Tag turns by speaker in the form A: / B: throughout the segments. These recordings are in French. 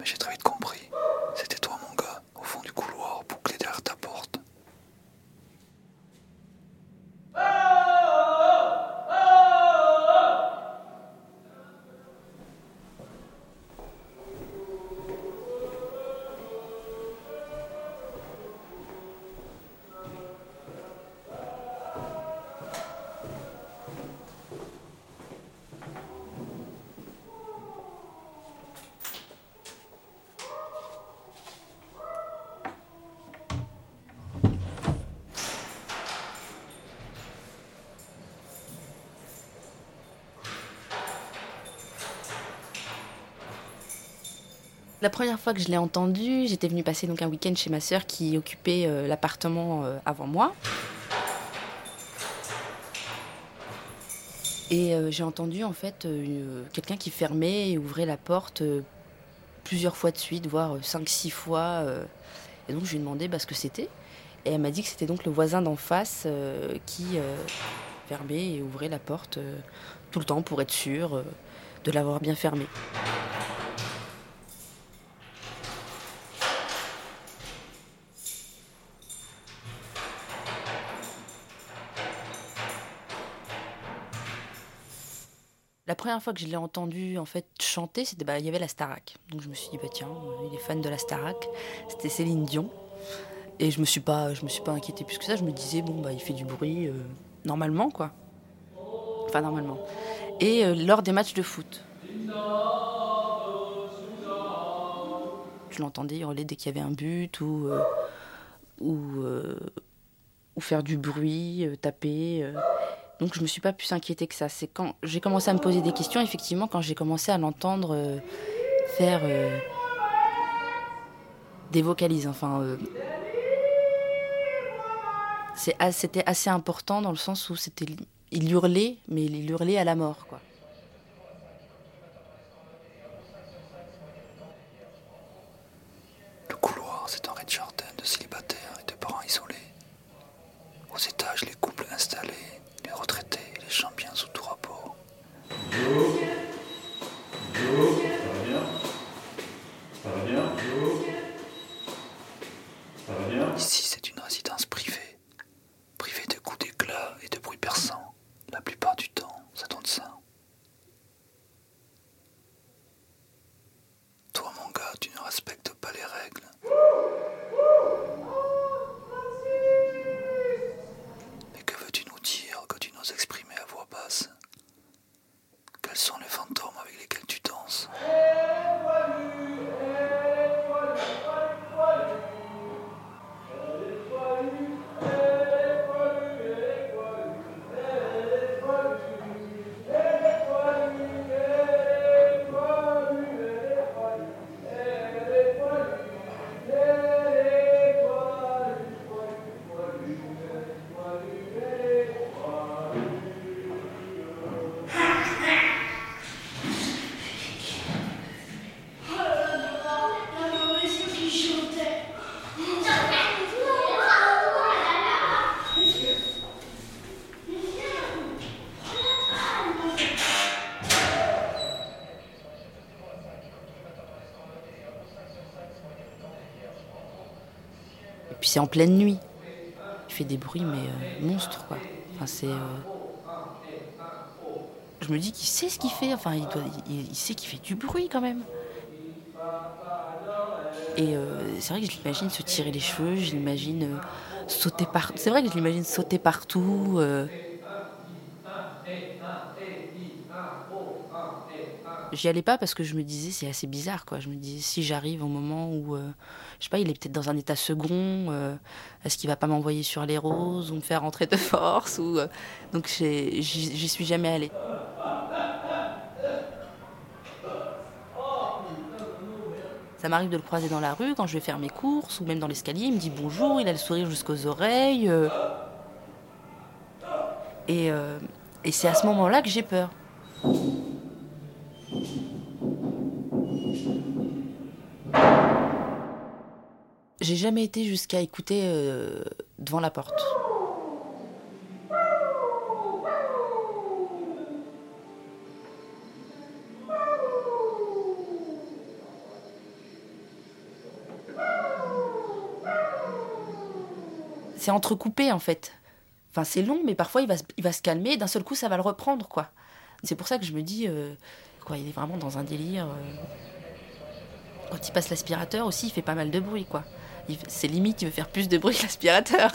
A: Mais j'ai très vite compris. C'était toi, mon gars, au fond du couloir, bouclé derrière ta porte.
B: La première fois que je l'ai entendu, j'étais venue passer donc un week-end chez ma sœur qui occupait l'appartement avant moi. Et j'ai entendu en fait quelqu'un qui fermait et ouvrait la porte plusieurs fois de suite, voire 5-6 fois. Et donc je lui ai demandé ce que c'était. Et elle m'a dit que c'était donc le voisin d'en face qui fermait et ouvrait la porte tout le temps pour être sûr de l'avoir bien fermée. La première fois que je l'ai entendu en fait chanter, c'était il y avait la Starac. Donc je me suis dit tiens, il est fan de la Starac. C'était Céline Dion. Et je me suis pas inquiétée plus que ça. Je me disais il fait du bruit normalement quoi. Enfin normalement. Et lors des matchs de foot, je l'entendais hurler dès qu'il y avait un but ou, euh, ou faire du bruit, taper. Donc je me suis pas plus inquiétée que ça. C'est quand j'ai commencé à me poser des questions, effectivement, quand j'ai commencé à l'entendre faire des vocalises. Enfin, c'était assez important dans le sens où il hurlait, mais il hurlait à la mort, quoi.
A: Le couloir, c'est un rez-de-jardin de célibataires et de parents isolés. Aux étages, les couples installés, les retraités, les gens bien sous tout rapport. Ici, c'est une résidence privée. Privée de coups d'éclat et de bruits perçants. La plupart du temps, ça donne ça. Toi, mon gars, tu ne respectes pas les règles. Mais que veux-tu nous dire que tu n'oses exprimer à voix basse? Quels sont les fantômes avec lesquels tu danses?
B: Et puis c'est en pleine nuit. Il fait des bruits, mais monstres, quoi. Enfin, je me dis qu'il sait ce qu'il fait. Enfin, il sait qu'il fait du bruit quand même. Et c'est vrai que je l'imagine se tirer les cheveux, je l'imagine sauter partout. C'est vrai que je l'imagine sauter partout. J'y allais pas parce que je me disais c'est assez bizarre quoi. Je me disais si j'arrive au moment où je sais pas, il est peut-être dans un état second, est-ce qu'il va pas m'envoyer sur les roses ou me faire rentrer de force ou donc j'y suis jamais allée. Ça m'arrive de le croiser dans la rue quand je vais faire mes courses ou même dans l'escalier, il me dit bonjour, il a le sourire jusqu'aux oreilles et et c'est à ce moment-là que j'ai peur. J'ai jamais été jusqu'à écouter devant la porte. c'est entrecoupé en fait. Enfin, c'est long, mais parfois il va se calmer, et d'un seul coup ça va le reprendre, quoi. C'est pour ça que je me dis, quoi, il est vraiment dans un délire. Quand il passe l'aspirateur aussi, il fait pas mal de bruit, quoi. C'est limite, il veut faire plus de bruit que l'aspirateur.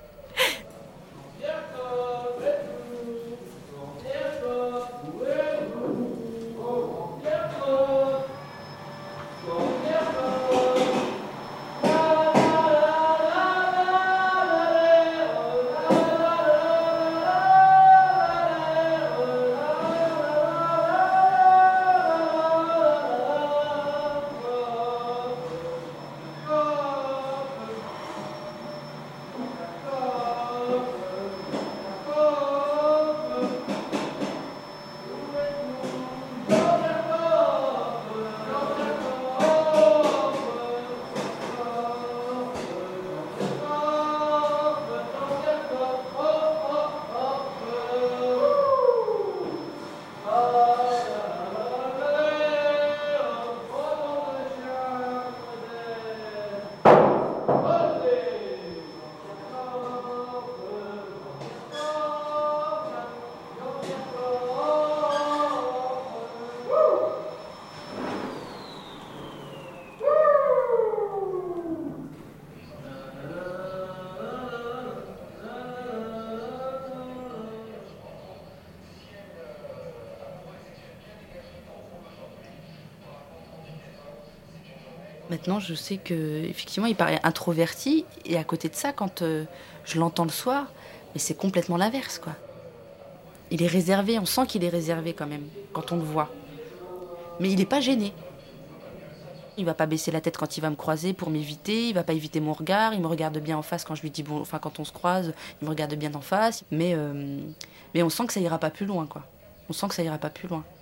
B: Maintenant, je sais que effectivement, il paraît introverti, et à côté de ça, quand je l'entends le soir, mais c'est complètement l'inverse, quoi. Il est réservé, on sent qu'il est réservé quand même, quand on le voit. Mais il n'est pas gêné. Il va pas baisser la tête quand il va me croiser pour m'éviter, il va pas éviter mon regard, il me regarde bien en face quand je lui dis bon, enfin quand on se croise, il me regarde bien en face, mais on sent que ça ira pas plus loin, quoi. On sent que ça ira pas plus loin.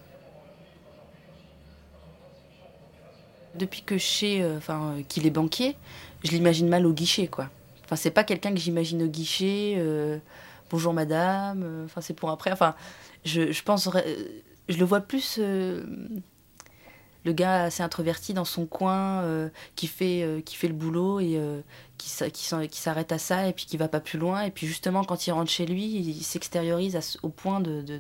B: Depuis que je sais qu'il est banquier, je l'imagine mal au guichet, quoi. Enfin, c'est pas quelqu'un que j'imagine au guichet. Bonjour madame. Enfin, c'est pour après. Enfin, je pense, je le vois plus. Le gars assez introverti dans son coin, qui fait le boulot et qui s'arrête à ça et puis qui va pas plus loin. Et puis justement, quand il rentre chez lui, il s'extériorise au point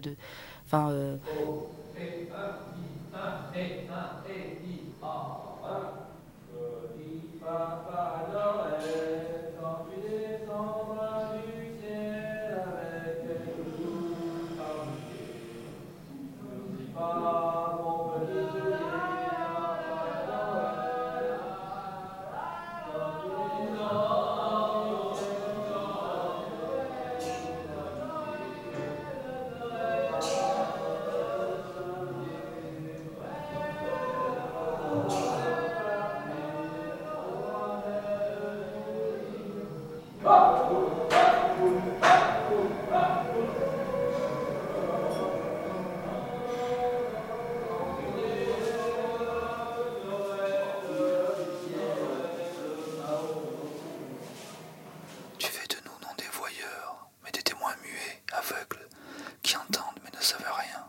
A: Tu fais de nous non des voyeurs, mais des témoins muets, aveugles, qui entendent mais ne savent rien.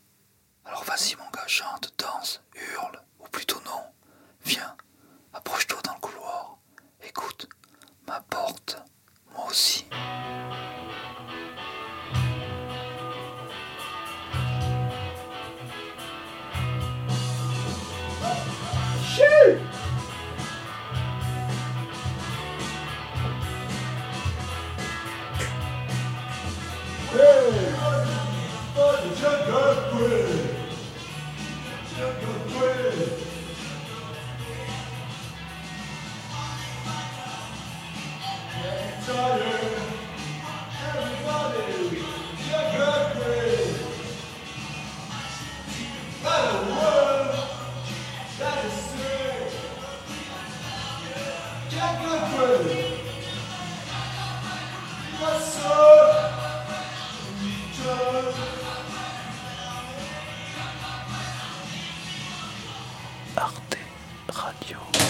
A: Alors vas-y mon gars, chante, danse, hurle, ou plutôt non. Viens, approche-toi dans le couloir. Écoute, ma porte, moi aussi. Arte Radio.